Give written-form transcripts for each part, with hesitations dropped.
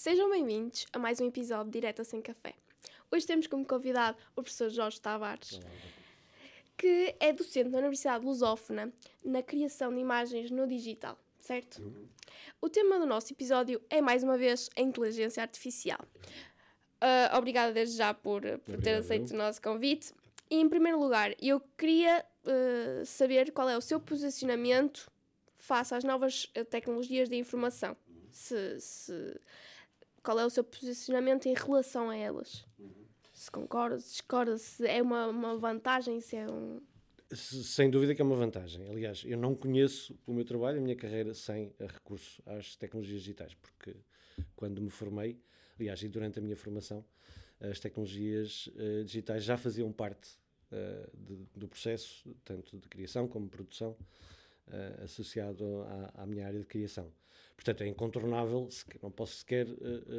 Sejam bem-vindos a mais um episódio de Direta Sem Café. Hoje temos como convidado o professor Jorge Tavares, que é docente na Universidade Lusófona na criação de imagens no digital, certo? O tema do nosso episódio é, mais uma vez, a inteligência artificial. Obrigada desde já por ter aceito o nosso convite. E, em primeiro lugar, eu queria saber qual é o seu posicionamento face às novas tecnologias de informação. Qual é o seu posicionamento em relação a elas? Se concorda, se discorda, se é uma vantagem, se é um... Sem dúvida que é uma vantagem. Aliás, eu não conheço o meu trabalho, a minha carreira, sem recurso às tecnologias digitais, porque quando me formei, aliás, e durante a minha formação, as tecnologias digitais já faziam parte do processo, tanto de criação como de produção, associado à minha área de criação. Portanto, é incontornável, não posso sequer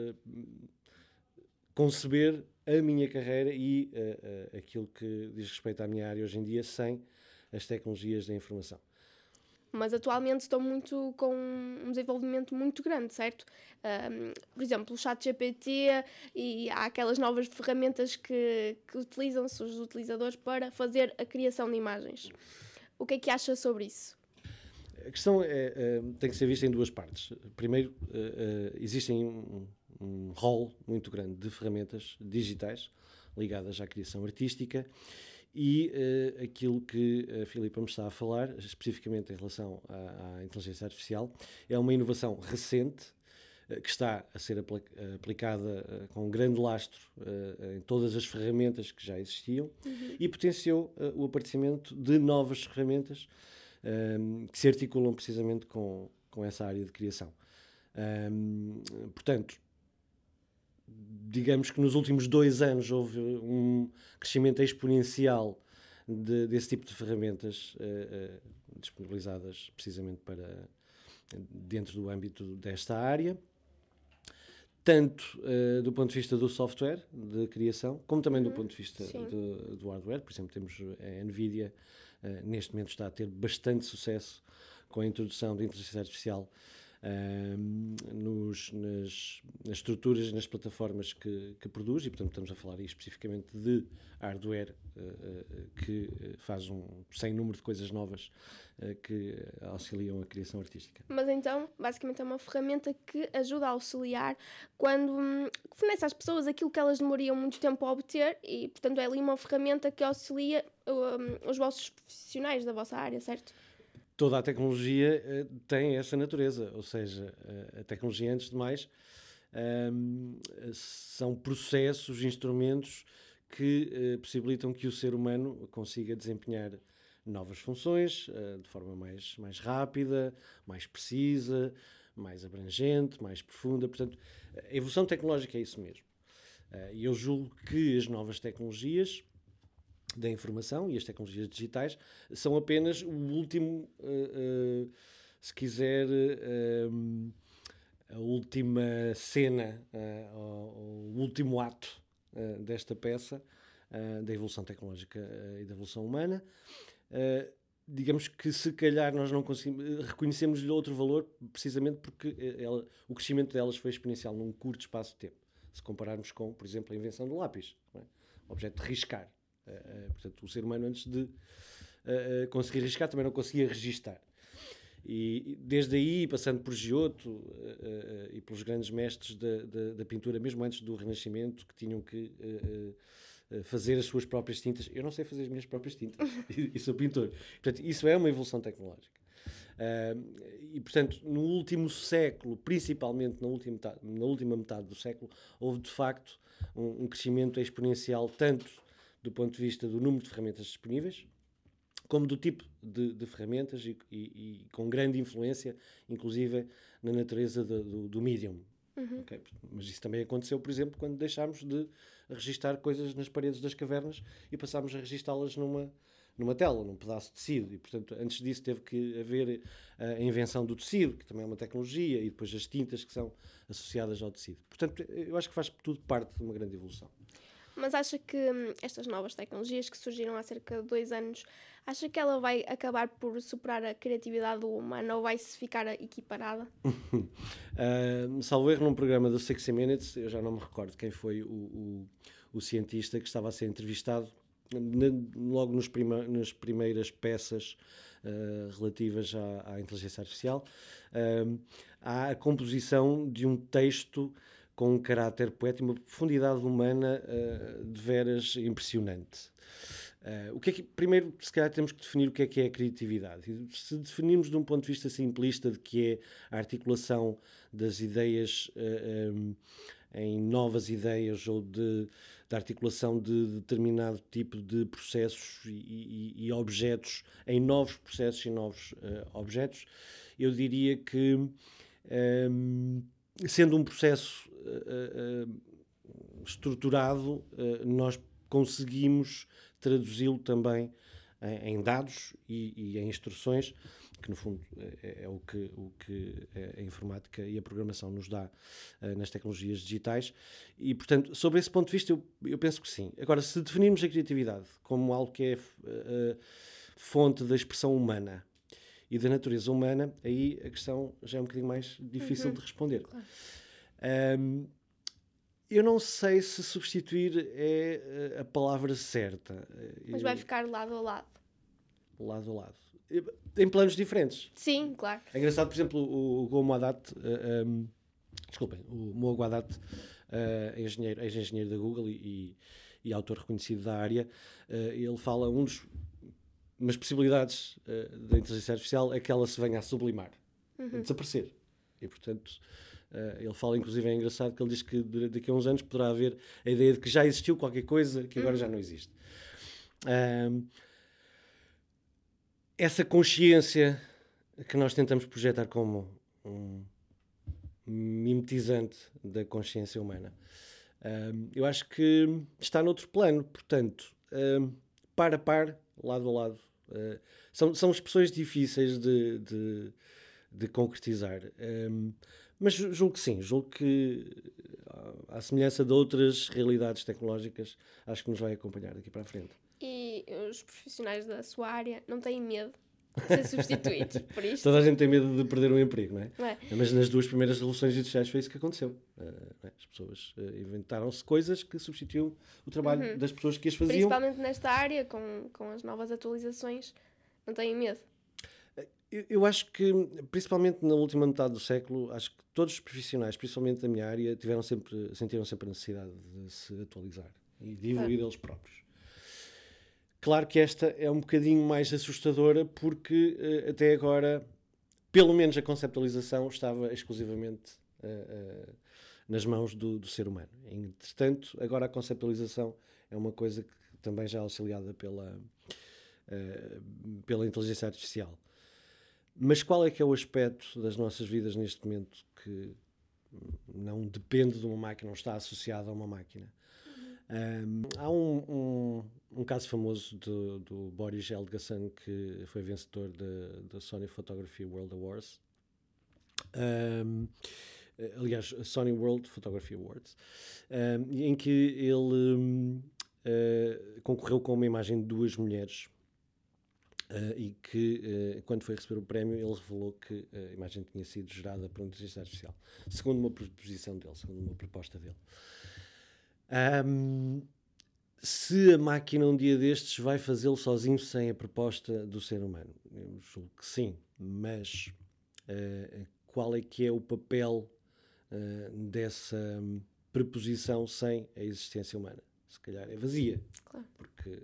conceber a minha carreira e aquilo que diz respeito à minha área hoje em dia sem as tecnologias da informação. Mas atualmente estão com um desenvolvimento muito grande, certo? Por exemplo, o ChatGPT e há aquelas novas ferramentas que utilizam-se os utilizadores para fazer a criação de imagens. O que é que acha sobre isso? A questão tem que ser vista em duas partes. Primeiro, existem um rol muito grande de ferramentas digitais ligadas à criação artística e aquilo que a Filipa me está a falar, especificamente em relação à inteligência artificial, é uma inovação recente que está a ser aplicada com um grande lastro em todas as ferramentas que já existiam e potenciou o aparecimento de novas ferramentas que se articulam precisamente com essa área de criação. Portanto, digamos que nos últimos 2 anos houve um crescimento exponencial desse tipo de ferramentas disponibilizadas precisamente dentro do âmbito desta área, tanto do ponto de vista do software de criação, como também do ponto de vista do hardware. Por exemplo, temos a NVIDIA, neste momento está a ter bastante sucesso com a introdução da inteligência artificial nas estruturas, nas plataformas que produz, e portanto estamos a falar aí especificamente de hardware que faz sem número de coisas novas que auxiliam a criação artística. Mas então, basicamente é uma ferramenta que ajuda a auxiliar quando fornece às pessoas aquilo que elas demoriam muito tempo a obter e, portanto, é ali uma ferramenta que auxilia os vossos profissionais da vossa área, certo? Toda a tecnologia tem essa natureza, ou seja, a tecnologia, antes de mais, são processos, instrumentos que possibilitam que o ser humano consiga desempenhar novas funções de forma mais rápida, mais precisa, mais abrangente, mais profunda. Portanto, a evolução tecnológica é isso mesmo. E eu julgo que as novas tecnologias da informação e as tecnologias digitais são apenas o último, se quiser, a última cena, o último ato desta peça da evolução tecnológica e da evolução humana. Digamos que se calhar nós não conseguimos, reconhecemos-lhe outro valor precisamente porque o crescimento delas foi exponencial num curto espaço de tempo. Se compararmos com, por exemplo, a invenção do lápis, não é? O objeto de riscar. Portanto, o ser humano, antes de conseguir riscar, também não conseguia registar. E desde aí, passando por Giotto e pelos grandes mestres da pintura, mesmo antes do Renascimento, que tinham que fazer as suas próprias tintas. Eu não sei fazer as minhas próprias tintas e sou pintor. Portanto, isso é uma evolução tecnológica. E, portanto, no último século, principalmente na última metade do século, houve, de facto, um crescimento exponencial, tanto do ponto de vista do número de ferramentas disponíveis, como do tipo de ferramentas e com grande influência, inclusive na natureza do medium. Okay? Mas isso também aconteceu, por exemplo, quando deixámos de registar coisas nas paredes das cavernas e passámos a registá-las numa tela, num pedaço de tecido. E, portanto, antes disso teve que haver a invenção do tecido, que também é uma tecnologia, e depois as tintas que são associadas ao tecido. Portanto, eu acho que faz tudo parte de uma grande evolução. Mas acha que estas novas tecnologias que surgiram há cerca de 2 anos, acha que ela vai acabar por superar a criatividade humana ou vai-se ficar equiparada? Salvo erro, num programa do 60 Minutes, eu já não me recordo quem foi o cientista que estava a ser entrevistado, logo nas primeiras peças relativas à inteligência artificial. Há a composição de um texto com um caráter poético, uma profundidade humana de veras impressionante. Primeiro, se calhar, temos que definir o que é a criatividade. E se definirmos de um ponto de vista simplista de que é a articulação das ideias em novas ideias ou da articulação de determinado tipo de processos e objetos em novos processos e novos objetos, eu diria que, sendo um processo estruturado, nós conseguimos traduzi-lo também em dados e em instruções, que no fundo é o que a informática e a programação nos dá nas tecnologias digitais. E, portanto, sobre esse ponto de vista, eu penso que sim. Agora, se definirmos a criatividade como algo que é fonte da expressão humana e da natureza humana, aí a questão já é um bocadinho mais difícil de responder. Claro. Eu não sei se substituir é a palavra certa. Mas vai ficar lado a lado. Lado a lado. Em planos diferentes. Sim, claro. É engraçado, por exemplo, o Go Moadat, desculpem, o Mo Haddad, ex-engenheiro da Google e autor reconhecido da área, ele fala umas possibilidades da inteligência artificial é que ela se venha a sublimar, a desaparecer. E, portanto, ele fala, inclusive, é engraçado que ele diz que daqui a uns anos poderá haver a ideia de que já existiu qualquer coisa que agora já não existe. Essa consciência que nós tentamos projetar como um mimetizante da consciência humana, eu acho que está noutro plano. Portanto, par a par, lado a lado, são expressões difíceis de concretizar. Mas julgo que sim, julgo que, à semelhança de outras realidades tecnológicas, acho que nos vai acompanhar daqui para a frente. E os profissionais da sua área não têm medo de ser substituídos por isto? Toda a gente tem medo de perder um emprego, não é? Não é? Mas nas duas primeiras revoluções industriais foi isso que aconteceu. As pessoas inventaram-se coisas que substituíam o trabalho das pessoas que as faziam. Principalmente nesta área, com as novas atualizações, não têm medo? Eu acho que, principalmente na última metade do século, acho que todos os profissionais, principalmente da minha área, sentiram sempre a necessidade de se atualizar e de evoluir eles próprios. Claro que esta é um bocadinho mais assustadora porque até agora, pelo menos a conceptualização estava exclusivamente nas mãos do ser humano. Entretanto, agora a conceptualização é uma coisa que também já é auxiliada pela inteligência artificial. Mas qual é que é o aspecto das nossas vidas neste momento que não depende de uma máquina, não está associado a uma máquina? Há um caso famoso do Boris Eldgasson, que foi vencedor da Sony Photography World Awards. Aliás, Sony World Photography Awards, em que ele concorreu com uma imagem de duas mulheres. E que, quando foi receber o prémio, ele revelou que a imagem tinha sido gerada por inteligência artificial, segundo uma proposição dele, segundo uma proposta dele. Se a máquina um dia destes vai fazê-lo sozinho sem a proposta do ser humano? Eu julgo que sim, mas qual é que é o papel dessa preposição sem a existência humana? Se calhar é vazia, Claro. porque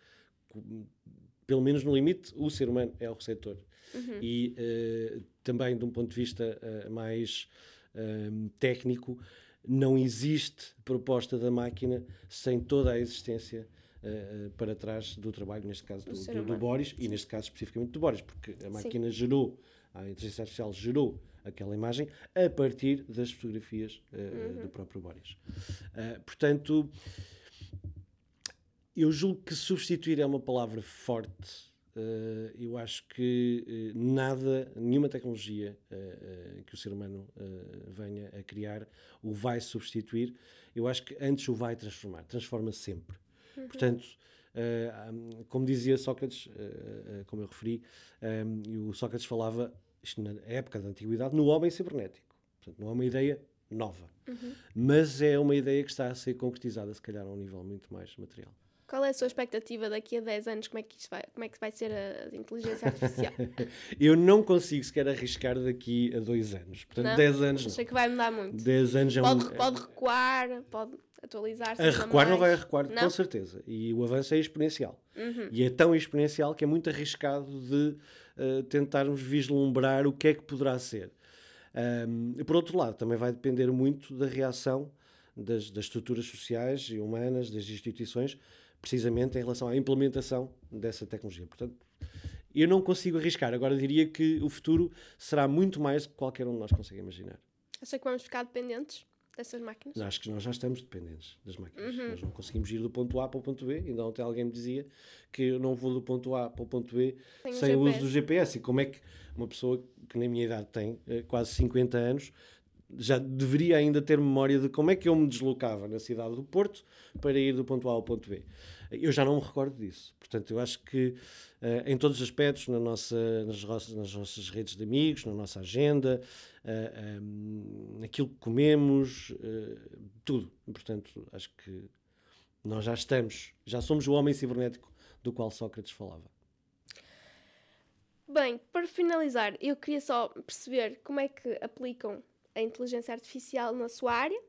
pelo menos no limite, o ser humano é o receptor. E também, de um ponto de vista mais técnico, não existe proposta da máquina sem toda a existência para trás do trabalho, neste caso do Boris, e neste caso especificamente do Boris, porque a máquina a inteligência artificial gerou aquela imagem a partir das fotografias do próprio Boris. Portanto, eu julgo que substituir é uma palavra forte, eu acho que nenhuma tecnologia que o ser humano venha a criar o vai substituir. Eu acho que antes o vai transformar. Transforma sempre. Portanto, como dizia Sócrates, como eu referi, e o Sócrates falava, isto na época da Antiguidade, no homem cibernético. Portanto, não é uma ideia nova. Mas é uma ideia que está a ser concretizada, se calhar, a um nível muito mais material. Qual é a sua expectativa daqui a 10 anos? Como é que vai ser a inteligência artificial? Eu não consigo sequer arriscar daqui a 2 anos. Portanto, não? 10 anos não. Achei que vai mudar muito. 10 anos é pode recuar, pode atualizar-se. A recuar não vai recuar, não? com certeza. E o avanço é exponencial. E é tão exponencial que é muito arriscado de tentarmos vislumbrar o que é que poderá ser. Por outro lado, também vai depender muito da reação das estruturas sociais e humanas, das instituições, precisamente em relação à implementação dessa tecnologia. Portanto, eu não consigo arriscar. Agora diria que o futuro será muito mais do que qualquer um de nós consegue imaginar. Acha que vamos ficar dependentes dessas máquinas? Acho que nós já estamos dependentes das máquinas. Nós não conseguimos ir do ponto A para o ponto B. Ainda ontem alguém me dizia que eu não vou do ponto A para o ponto B sem o uso do GPS. E como é que uma pessoa que na minha idade tem quase 50 anos já deveria ainda ter memória de como é que eu me deslocava na cidade do Porto para ir do ponto A ao ponto B. Eu já não me recordo disso. Portanto, eu acho que em todos os aspectos, nas nossas redes de amigos, na nossa agenda, naquilo que comemos, tudo. Portanto, acho que nós já somos o homem cibernético do qual Sócrates falava. Bem, para finalizar, eu queria só perceber como é que aplicam a inteligência artificial na sua área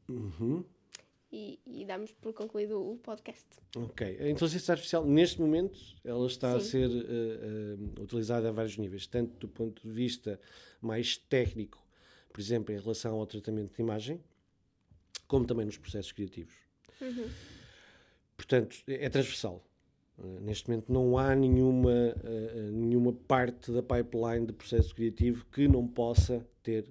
e damos por concluído o podcast. Ok. A inteligência artificial, neste momento, ela está a ser utilizada a vários níveis, tanto do ponto de vista mais técnico, por exemplo, em relação ao tratamento de imagem, como também nos processos criativos. Portanto, é transversal. Neste momento não há nenhuma parte da pipeline de processo criativo que não possa ter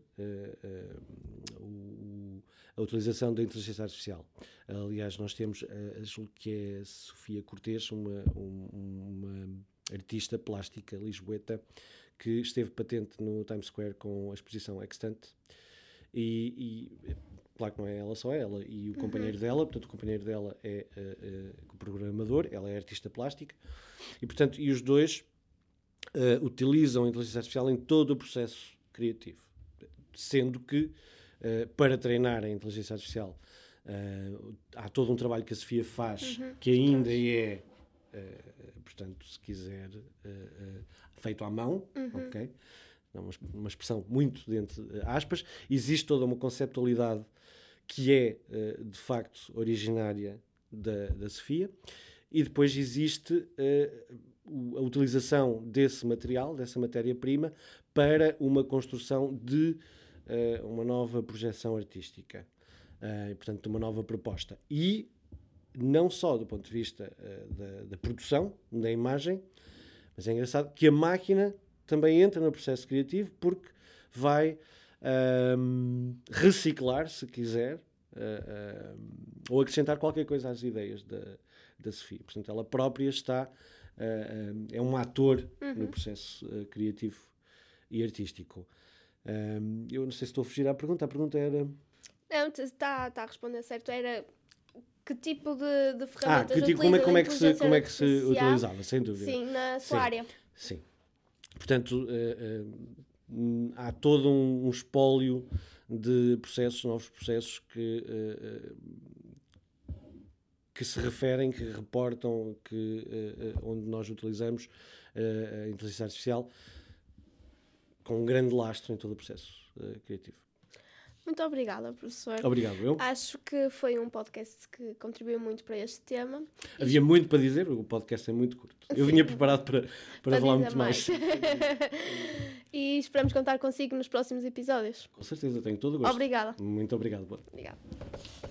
a utilização da inteligência artificial. Aliás, nós temos, julgo que é Sofia Cortês, uma artista plástica lisboeta, que esteve patente no Times Square com a exposição Extant. E claro que não é ela só, ela e o companheiro dela, portanto o companheiro dela é o programador, ela é artista plástica, e portanto, e os dois utilizam a inteligência artificial em todo o processo criativo, sendo que para treinar a inteligência artificial há todo um trabalho que a Sofia faz, que ainda é, portanto, se quiser, feito à mão, ok? Uma expressão muito dentro de aspas. Existe toda uma conceptualidade que é, de facto, originária da Sofia, e depois existe a utilização desse material, dessa matéria-prima, para uma construção de uma nova projeção artística, e, portanto, de uma nova proposta. E não só do ponto de vista da produção, da imagem, mas é engraçado que a máquina também entra no processo criativo, porque vai reciclar, se quiser, ou acrescentar qualquer coisa às ideias da Sofia. Portanto, ela própria é um ator no processo criativo e artístico. Eu não sei se estou a fugir à pergunta. A pergunta era... Não, está a responder certo. Era que tipo de ferramentas como é que se utilizava, sem dúvida. Sim, na sua área. Sim. Portanto, há todo um espólio de processos, novos processos que se referem, que reportam, onde nós utilizamos a inteligência artificial com um grande lastro em todo o processo criativo. Muito obrigada, professor. Obrigado, eu. Acho que foi um podcast que contribuiu muito para este tema. Havia muito para dizer, o podcast é muito curto. Eu vinha preparado para falar muito mais. E esperamos contar consigo nos próximos episódios. Com certeza, tenho todo o gosto. Obrigada. Muito obrigado. Obrigada.